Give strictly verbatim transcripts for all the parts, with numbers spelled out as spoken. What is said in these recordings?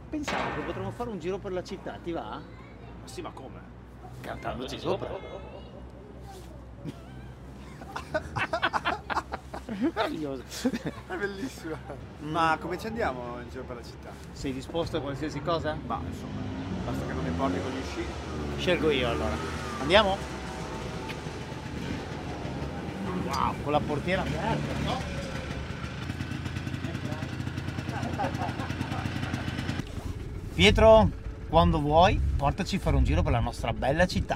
Pensavo che potremmo fare un giro per la città, ti va? Ma sì, ma come? Cantandoci sopra. Meraviglioso. È bellissimo. Ma come ci andiamo in giro per la città? Sei disposto a qualsiasi cosa? Ma insomma, basta che non mi porti con gli sci. Scelgo io allora. Andiamo? Wow, con la portiera aperta, no? Pietro, quando vuoi, portaci a fare un giro per la nostra bella città.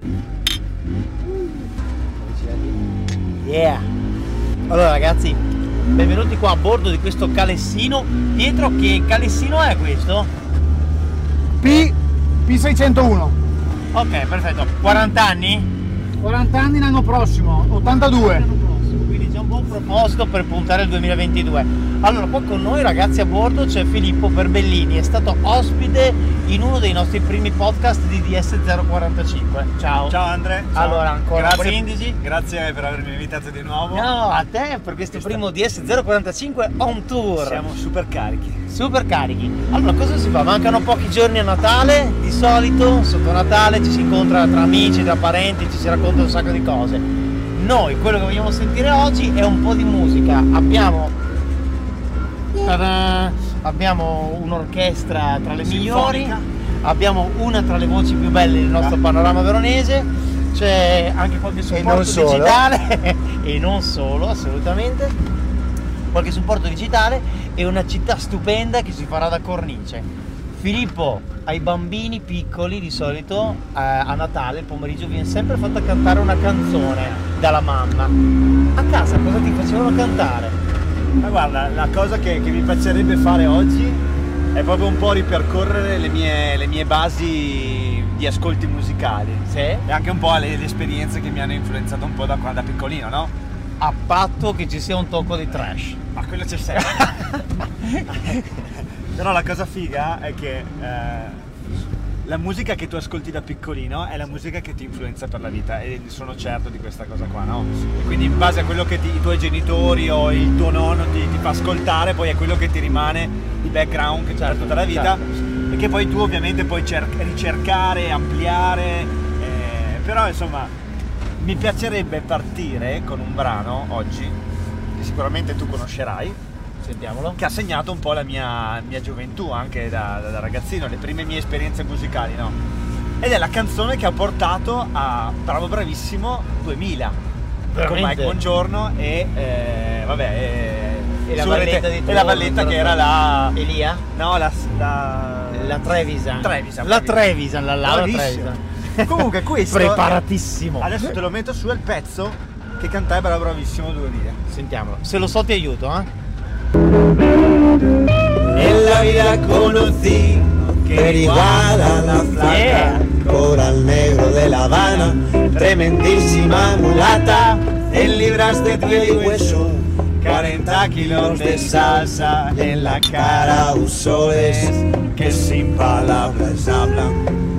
Yeah! Allora ragazzi, benvenuti qua a bordo di questo calessino. Pietro, che calessino è questo? P, P seicentouno. Ok, perfetto. quaranta anni? quaranta anni l'anno prossimo, ottantadue. Quindi c'è un buon proposito per puntare il duemilaventidue. Allora, poi con noi ragazzi a bordo c'è Filippo Perbellini, è stato ospite in uno dei nostri primi podcast di D S zero quarantacinque. Ciao. Ciao Andre. Ciao. Allora, ancora grazie, brindisi. Grazie per avermi invitato di nuovo. No, a te per questo primo D S zero quarantacinque on tour. Siamo super carichi. Super carichi. Allora, cosa si fa? Mancano pochi giorni a Natale, di solito sotto Natale ci si incontra tra amici, tra parenti, ci si racconta un sacco di cose. Noi quello che vogliamo sentire oggi è un po' di musica. Abbiamo Ta-da! Abbiamo un'orchestra tra le migliori, abbiamo una tra le voci più belle del nostro panorama veronese, c'è anche qualche supporto digitale e non solo, assolutamente, qualche supporto digitale e una città stupenda che si farà da cornice. Filippo, ai bambini piccoli di solito eh, a Natale il pomeriggio viene sempre fatta cantare una canzone dalla mamma. A casa cosa ti facevano cantare? Ma guarda, la cosa che, che mi piacerebbe fare oggi è proprio un po' ripercorrere le mie, le mie basi di ascolti musicali. Sì. E anche un po' le, le esperienze che mi hanno influenzato un po' da quando da piccolino, no? A patto che ci sia un tocco di trash. Ma quello c'è sempre. Però la cosa figa è che eh, la musica che tu ascolti da piccolino è la musica che ti influenza per la vita e sono certo di questa cosa qua, no? E quindi in base a quello che ti, i tuoi genitori o il tuo nonno ti, ti fa ascoltare, poi è quello che ti rimane di background che c'è tutta la vita, certo. E che poi tu ovviamente puoi ricercare, ampliare, eh, però insomma mi piacerebbe partire con un brano oggi che sicuramente tu conoscerai. Sentiamolo. Che ha segnato un po' la mia, mia gioventù anche da, da ragazzino, le prime mie esperienze musicali, no? Ed è la canzone che ha portato a Bravo Bravissimo duemila. Veramente? Con Mike Buongiorno e eh, vabbè e, e la valletta, rete, e la valletta che era la Elia? No, la la, la Trevisan. Trevisan. La Trevisan, la la Trevisan. Comunque questo preparatissimo. Adesso te lo metto su, è il pezzo che cantai Bravo Bravissimo duemila. Sentiamolo. Se lo so ti aiuto, eh? En la vida conocí que era igual a la flaca, yeah. Coral negro de La Habana, tremendísima mulata, en libras de piel y hueso, cuarenta kilos de salsa, en la cara usoles que sin palabras hablan,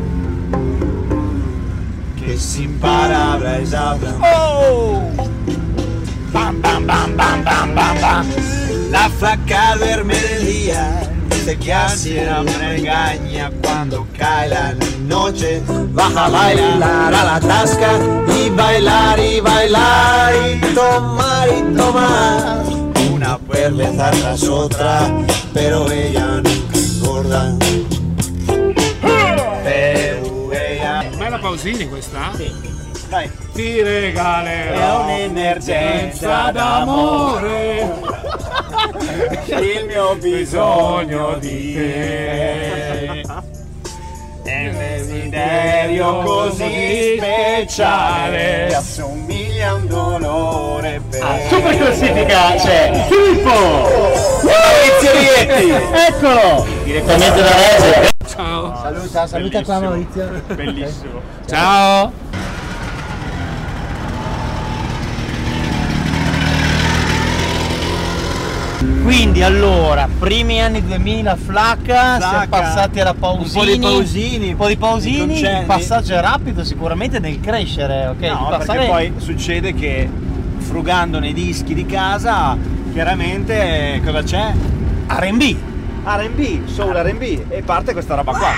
que sin palabras hablan. Oh! Bam, bam, bam, bam, bam, bam, bam. La flaca duerme de día, dice que así me engaña. Cuando cae la noche, baja a bailar a la tasca y bailar y bailar y tomar y tomar una cerveza tras otra, pero ella nunca engorda. Pero ella... Ma è la Pausini questa? Sì. Dai. Ti regalerò un'emergenza d'amore, il mio bisogno di te, è un desiderio così speciale, assomiglia a un dolore per... Ah, super classifica c'è Filippo Maurizio Rietti, eccolo direttamente da Reggio. Ciao. Saluta, saluta qua Maurizio. Bellissimo. Ciao. Quindi allora, primi anni duemila, flacca, Flacca, siamo passati alla Pausini, un po' di Pausini, un po' di Pausini, di il passaggio è rapido sicuramente nel crescere, ok? No, di passare... perché poi succede che frugando nei dischi di casa, chiaramente cosa c'è? R and B, R and B, soul R and B, e parte questa roba qua.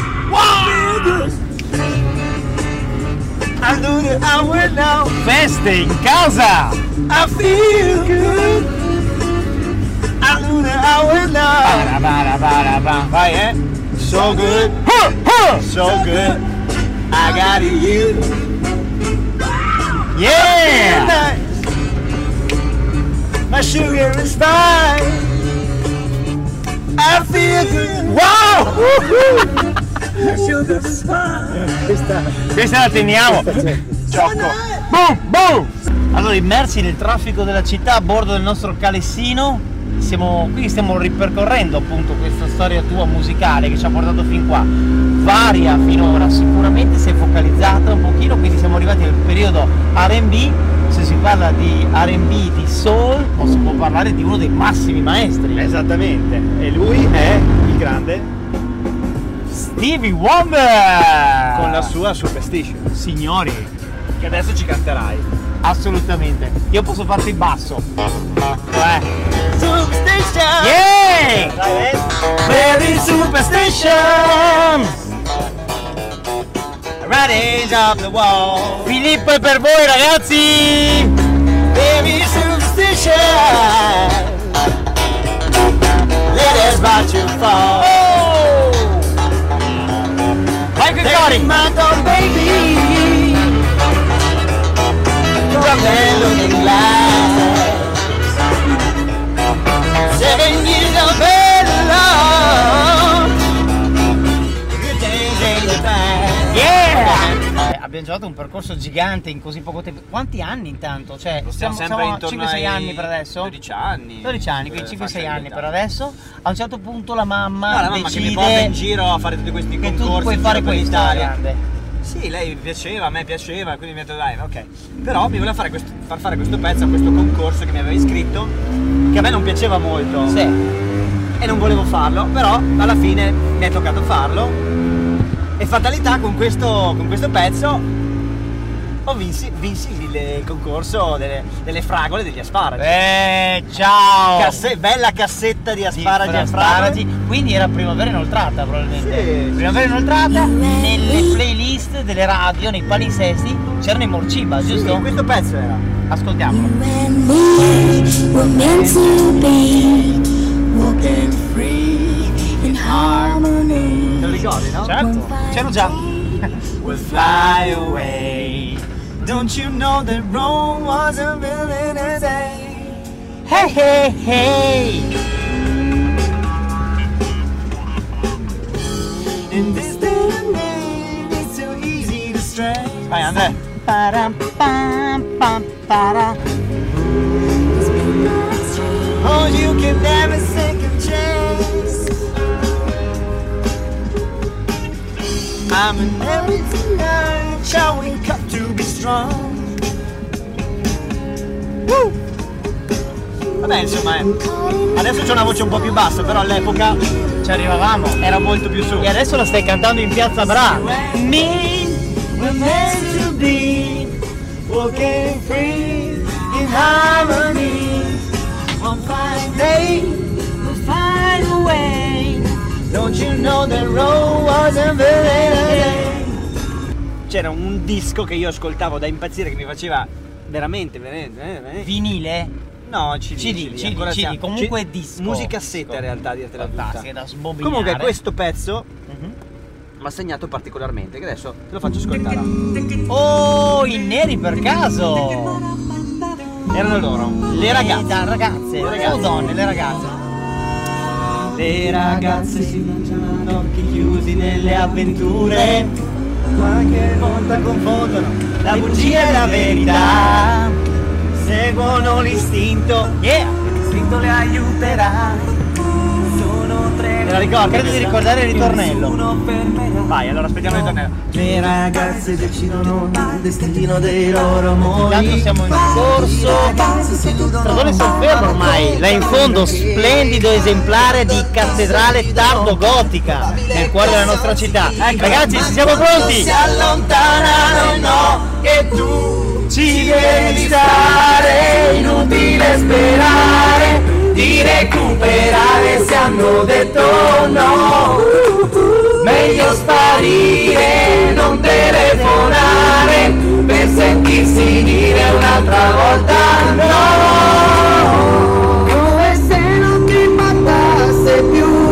Feste in casa! I feel good. I knew that I would know. Bara, bara, bara, bara. Vai, eh? So good, so good. I got you. Yeah! Nice. My sugar is fine. I feel good. Wow! My sugar is fine. Questa la teniamo! Gioco. Boom! Boom! Allora, immersi nel traffico della città a bordo del nostro calessino, siamo qui, stiamo ripercorrendo appunto questa storia tua musicale che ci ha portato fin qua. Varia finora, sicuramente si è focalizzata un pochino, quindi siamo arrivati nel periodo R and B. Se si parla di R and B, di soul, o si può parlare di uno dei massimi maestri. Esattamente. E lui è il grande Stevie Wonder! con la sua Superstition, Signori, che adesso ci canterai. assolutamente. Io posso farti il basso. Eh. Superstition. Yeah! Dai, eh? Very superstition. Writings of the wall. Filippo è per voi, ragazzi! Very superstition. Let us watch you fall. Oh! Vai che Take cori! my dog, baby. From the looking glass. Seven years of better love. Good days ain't the bad. Yeah! Eh, abbiamo giocato un percorso gigante in così poco tempo. Quanti anni intanto? Cioè, Stiamo sempre siamo a intorno cinque sei ai anni per adesso? dodici anni. dodici anni, quindi Eh, cinque sei fascia di anni età. per adesso. A un certo punto la mamma, No, la mamma che decide mi porta in giro a fare tutti questi che concorsi tu puoi in fare giro per questo, l'Italia. grande. Sì, lei piaceva, a me piaceva, quindi mi ha detto dai, ok. Però mi voleva fare questo, far fare questo pezzo a questo concorso che mi aveva iscritto, che a me non piaceva molto. Sì. E non volevo farlo, però alla fine mi è toccato farlo. E fatalità con questo, con questo pezzo ho vinsi, vinsi il, il concorso delle, delle fragole degli asparagi. Eh, ciao! Casse- bella cassetta di Di asparagi e asparagi. fragole. Quindi era Primavera Inoltrata probabilmente. Sì. Primavera Inoltrata, nelle playlist delle radio, nei palinsesti, c'erano i Morciba, giusto? Sì, questo pezzo era. Ascoltiamolo. and me were meant to be walking free in harmony. Te lo ricordi, no? Certo, c'ero già. We'll fly away. Don't you know that Rome wasn't built in a day? Hey hey hey! In this day and age, it's so easy to stray. Vai Andrea. Param, pam, pam, para. Oh, you can never second chance. I'm an every tonight, shall we come to be strong? Woo! Vabbè, insomma, eh. Adesso c'è una voce un po' più bassa, però all'epoca Ci arrivavamo. era molto più su. E adesso la stai cantando in Piazza Bra. Me, we're meant to be walking free in harmony. One fine day, we'll find a way. Don't you know the road wasn't built in a day? C'era un disco che io ascoltavo da impazzire, che mi faceva veramente, veramente, veramente. Vinile? No, C D, C D, C D, ancora C D, siamo- comunque C- disco. musicassetta Disco. in realtà, dirtela Fantastica, tutta. da sbobinare. Comunque questo pezzo Mhm. mi ha segnato particolarmente, che adesso te lo faccio ascoltare. Oh, i neri per caso! Erano loro, le ragazze. Da ragazze, ragazze. o donne, le ragazze. Le ragazze si mangiano occhi chiusi nelle avventure, qualche volta confondono la bugia e la verità, seguono l'istinto, Yeah! l'istinto le aiuterà. Sono tre, Te la ricordi? Credo di ricordare il ritornello. nessuno fermerà. Vai, allora aspettiamo il ritornello. Le ragazze decidono il destino dei loro Intanto amori. siamo in corso Stradone Solfermo ormai, là in fondo, splendido esemplare di cattedrale tardo-gotica nel cuore della nostra città. Ragazzi, ci siamo pronti? Si allontanano, no, e tu ci devi stare, inutile sperare di recuperare se hanno detto no. Meglio sparire, non telefonare, per sentirsi dire un'altra volta no. Come se non ti bastasse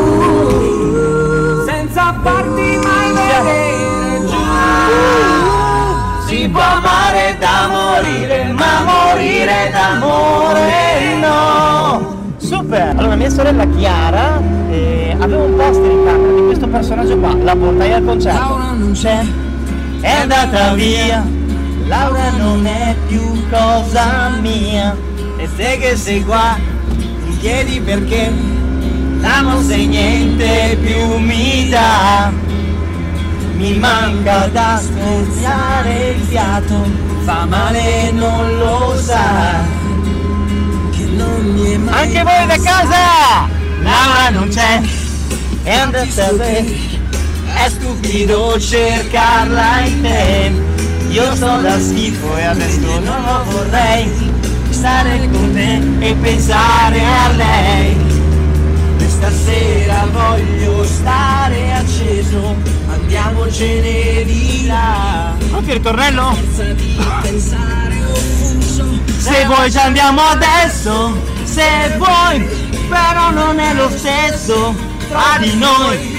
più, senza farti mai vedere giù. Si può amare da morire, ma morire d'amore no. Super! Allora mia sorella Chiara eh, aveva un poster in camera di questo personaggio qua, la portai al concerto. Laura non c'è, È andata via, Laura non è più cosa mia. e te che sei qua, mi chiedi perché, la non sei niente più mi dà. Mi manca da spezzare il fiato, fa male non lo sa, che non mi è mai. Anche voi da casa! Laura non c'è, è andata via, è stupido cercarla in te. Io sto da schifo e adesso non lo vorrei, stare con te e pensare a lei. Questa sera voglio stare acceso, andiamocene di là. Anche il ritornello? Senza di pensare confuso. Se vuoi ci andiamo adesso, se vuoi, però non è lo stesso tra di noi.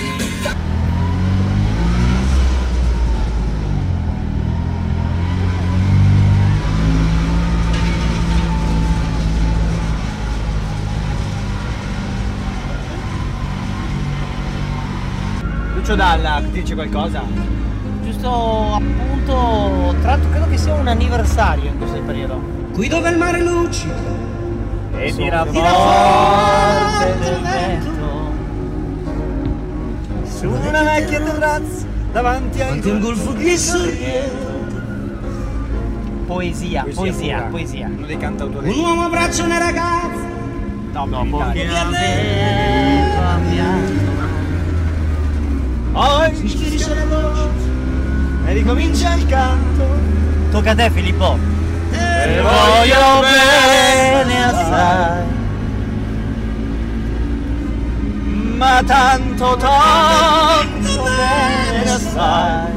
Lucio Dalla, ti dice qualcosa? Giusto appunto, tra l'altro credo che sia un anniversario in questo periodo. Qui dove il mare luccica E tira Forte del vento, su una vecchia terrazza davanti a un golfo che sorriede. poesia, poesia, pura. poesia. Uno dei cantautori. Un uomo abbraccia una ragazza, Top Dopo in che Italia. aveva pianto, Poi si schiarisce la voce e ricomincia il canto. tocca a te Filippo. E Voglio bene assai, ma tanto tanto bene assai.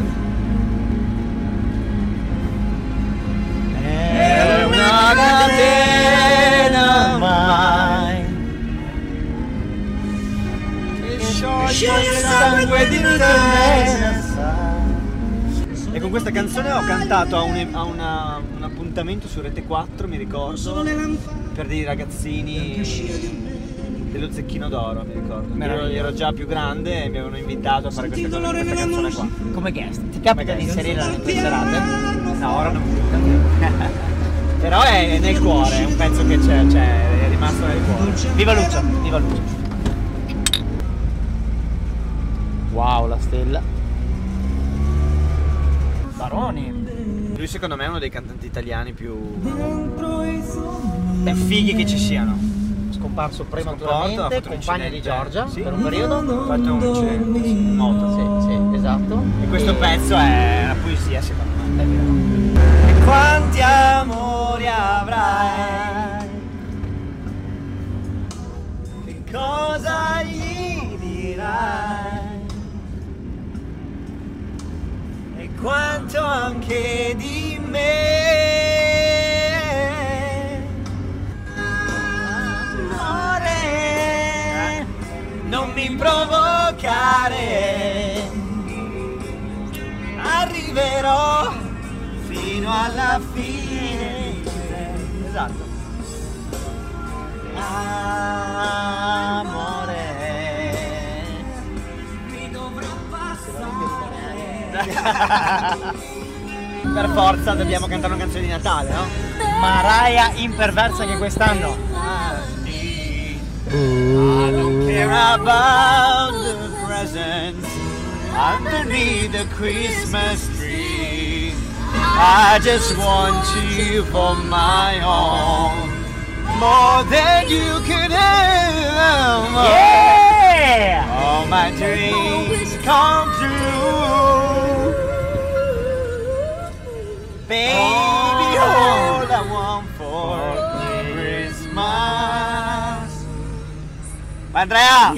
È una catena mai. che scioglie il sangue di te. E con questa canzone ho cantato a, un, a una, un appuntamento su Rete quattro, mi ricordo, per dei ragazzini dello Zecchino d'Oro, mi ricordo. Ero, ero già più grande e mi avevano invitato a fare questa, cosa, questa canzone qua. Come guest, ti capita di inserirla nelle tue serate? No, ora non più. Però è nel cuore, è un pezzo che c'è, c'è, è rimasto nel cuore. Viva Lucio, viva Lucio. Wow, la stella. Baroni. Lui secondo me è uno dei cantanti italiani più fighi che ci siano. Scomparso Scomparso, ha prematuramente, fatto un compagno di incidente. Giorgia Sì. per un periodo. Ha fatto un incidente in moto. Sì, sì, esatto. E questo pezzo è una poesia secondo me. È vero. E quanti amori avrai? Che cosa gli dirai? E quanto anche di me. Amore, non mi provocare, arriverò fino alla fine. Esatto. Amore. mi dovrò passare. Per forza dobbiamo cantare una canzone di Natale, no? Mariah imperversa anche quest'anno. I don't care about the presents underneath the Christmas tree. I just want you for my own, more than you could ever. Yeah! All my dreams come true. Baby, all I want for Christmas Andrea!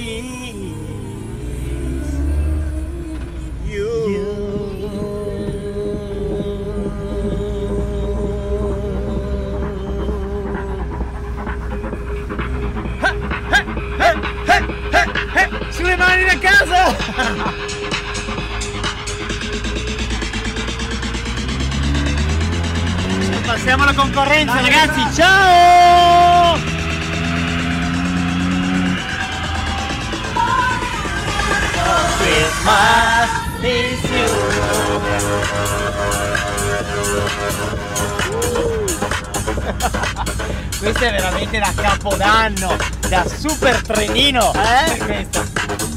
Sulle mani da casa! Passiamo alla concorrenza, ragazzi, ciao! Christmas is you. Questo è veramente da capodanno, da super trenino, eh? Questa.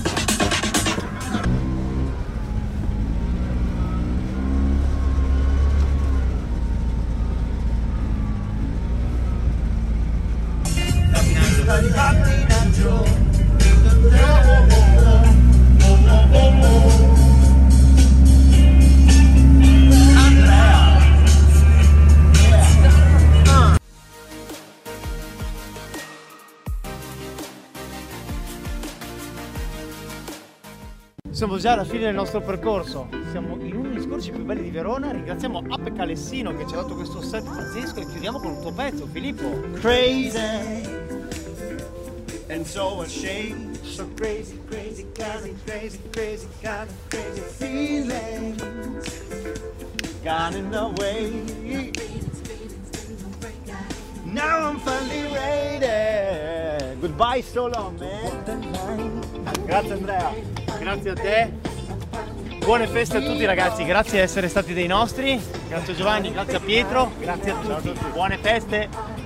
Siamo già alla fine del nostro percorso, siamo in uno degli scorci più belli di Verona, ringraziamo Ape Calessino che ci ha dato questo set pazzesco e chiudiamo con il tuo pezzo, Filippo. Crazy and so ashamed, so crazy, crazy, crazy, crazy, crazy, kind of crazy feelings got in the way. Now I'm finally ready. Goodbye so long, man. Grazie Andrea. Grazie a te, buone feste a tutti ragazzi, grazie di essere stati dei nostri, grazie a Giovanni, grazie a Pietro, grazie a tutti, buone feste.